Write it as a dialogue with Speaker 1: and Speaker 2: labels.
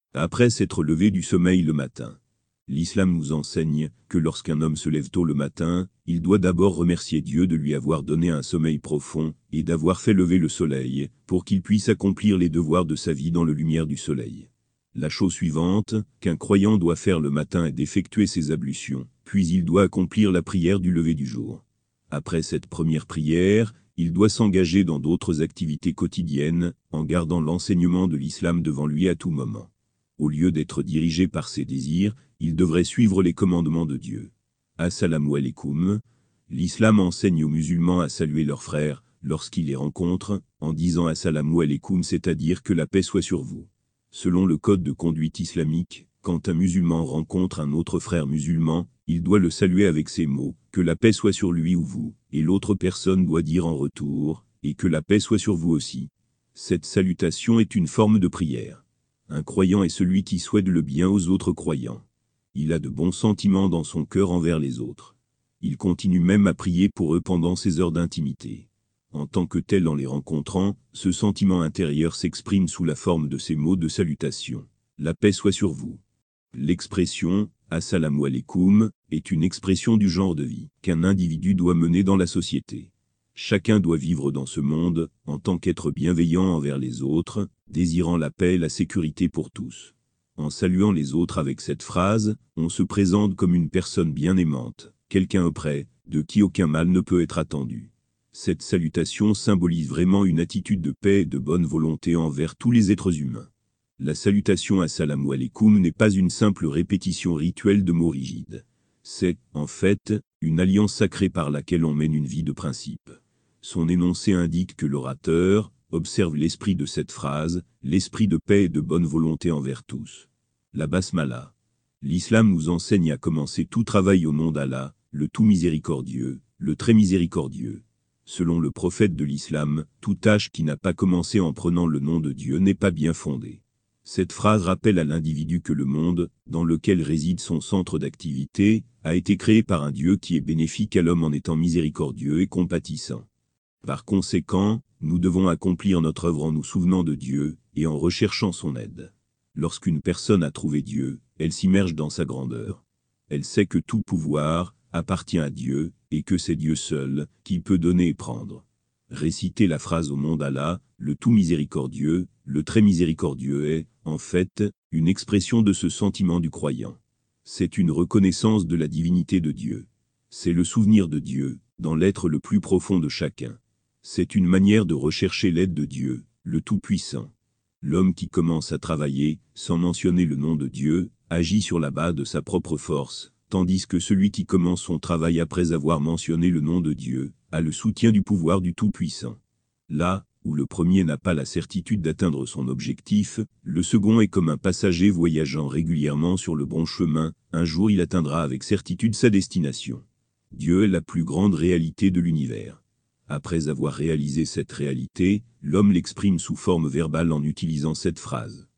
Speaker 1: Après s'être levé du sommeil le matin. L'islam nous enseigne que lorsqu'un homme se lève tôt le matin, il doit d'abord remercier Dieu de lui avoir donné un sommeil profond et d'avoir fait lever le soleil pour qu'il puisse accomplir les devoirs de sa vie dans la lumière du soleil. La chose suivante qu'un croyant doit faire le matin est d'effectuer ses ablutions, puis il doit accomplir la prière du lever du jour. Après cette première prière, il doit s'engager dans d'autres activités quotidiennes, en gardant l'enseignement de l'islam devant lui à tout moment. Au lieu d'être dirigé par ses désirs, il devrait suivre les commandements de Dieu. Assalamu alaikum. L'islam enseigne aux musulmans à saluer leurs frères lorsqu'ils les rencontrent, en disant Assalamu alaikum, c'est-à-dire que la paix soit sur vous. Selon le code de conduite islamique, quand un musulman rencontre un autre frère musulman, il doit le saluer avec ces mots, que la paix soit sur lui ou vous, et l'autre personne doit dire en retour, et que la paix soit sur vous aussi. Cette salutation est une forme de prière. Un croyant est celui qui souhaite le bien aux autres croyants. Il a de bons sentiments dans son cœur envers les autres. Il continue même à prier pour eux pendant ses heures d'intimité. En tant que tel, en les rencontrant, ce sentiment intérieur s'exprime sous la forme de ces mots de salutation. La paix soit sur vous. L'expression « Assalamu alaikum » est une expression du genre de vie qu'un individu doit mener dans la société. Chacun doit vivre dans ce monde, en tant qu'être bienveillant envers les autres, désirant la paix et la sécurité pour tous. En saluant les autres avec cette phrase, on se présente comme une personne bien aimante, quelqu'un auprès de qui aucun mal ne peut être attendu. Cette salutation symbolise vraiment une attitude de paix et de bonne volonté envers tous les êtres humains. La salutation Assalamu alaikum n'est pas une simple répétition rituelle de mots rigides. C'est, en fait, une alliance sacrée par laquelle on mène une vie de principe. Son énoncé indique que l'orateur observe l'esprit de cette phrase, l'esprit de paix et de bonne volonté envers tous. La basmala. L'islam nous enseigne à commencer tout travail au nom d'Allah, le tout miséricordieux, le très miséricordieux. Selon le prophète de l'islam, toute tâche qui n'a pas commencé en prenant le nom de Dieu n'est pas bien fondée. Cette phrase rappelle à l'individu que le monde, dans lequel réside son centre d'activité, a été créé par un Dieu qui est bénéfique à l'homme en étant miséricordieux et compatissant. Par conséquent, nous devons accomplir notre œuvre en nous souvenant de Dieu et en recherchant son aide. Lorsqu'une personne a trouvé Dieu, elle s'immerge dans sa grandeur. Elle sait que tout pouvoir appartient à Dieu et que c'est Dieu seul qui peut donner et prendre. Réciter la phrase au nom d'Allah, le tout miséricordieux, le très miséricordieux est, en fait, une expression de ce sentiment du croyant. C'est une reconnaissance de la divinité de Dieu. C'est le souvenir de Dieu, dans l'être le plus profond de chacun. C'est une manière de rechercher l'aide de Dieu, le Tout-Puissant. L'homme qui commence à travailler, sans mentionner le nom de Dieu, agit sur la base de sa propre force, tandis que celui qui commence son travail après avoir mentionné le nom de Dieu, a le soutien du pouvoir du Tout-Puissant. Là où le premier n'a pas la certitude d'atteindre son objectif, le second est comme un passager voyageant régulièrement sur le bon chemin, un jour il atteindra avec certitude sa destination. Dieu est la plus grande réalité de l'univers. Après avoir réalisé cette réalité, l'homme l'exprime sous forme verbale en utilisant cette phrase.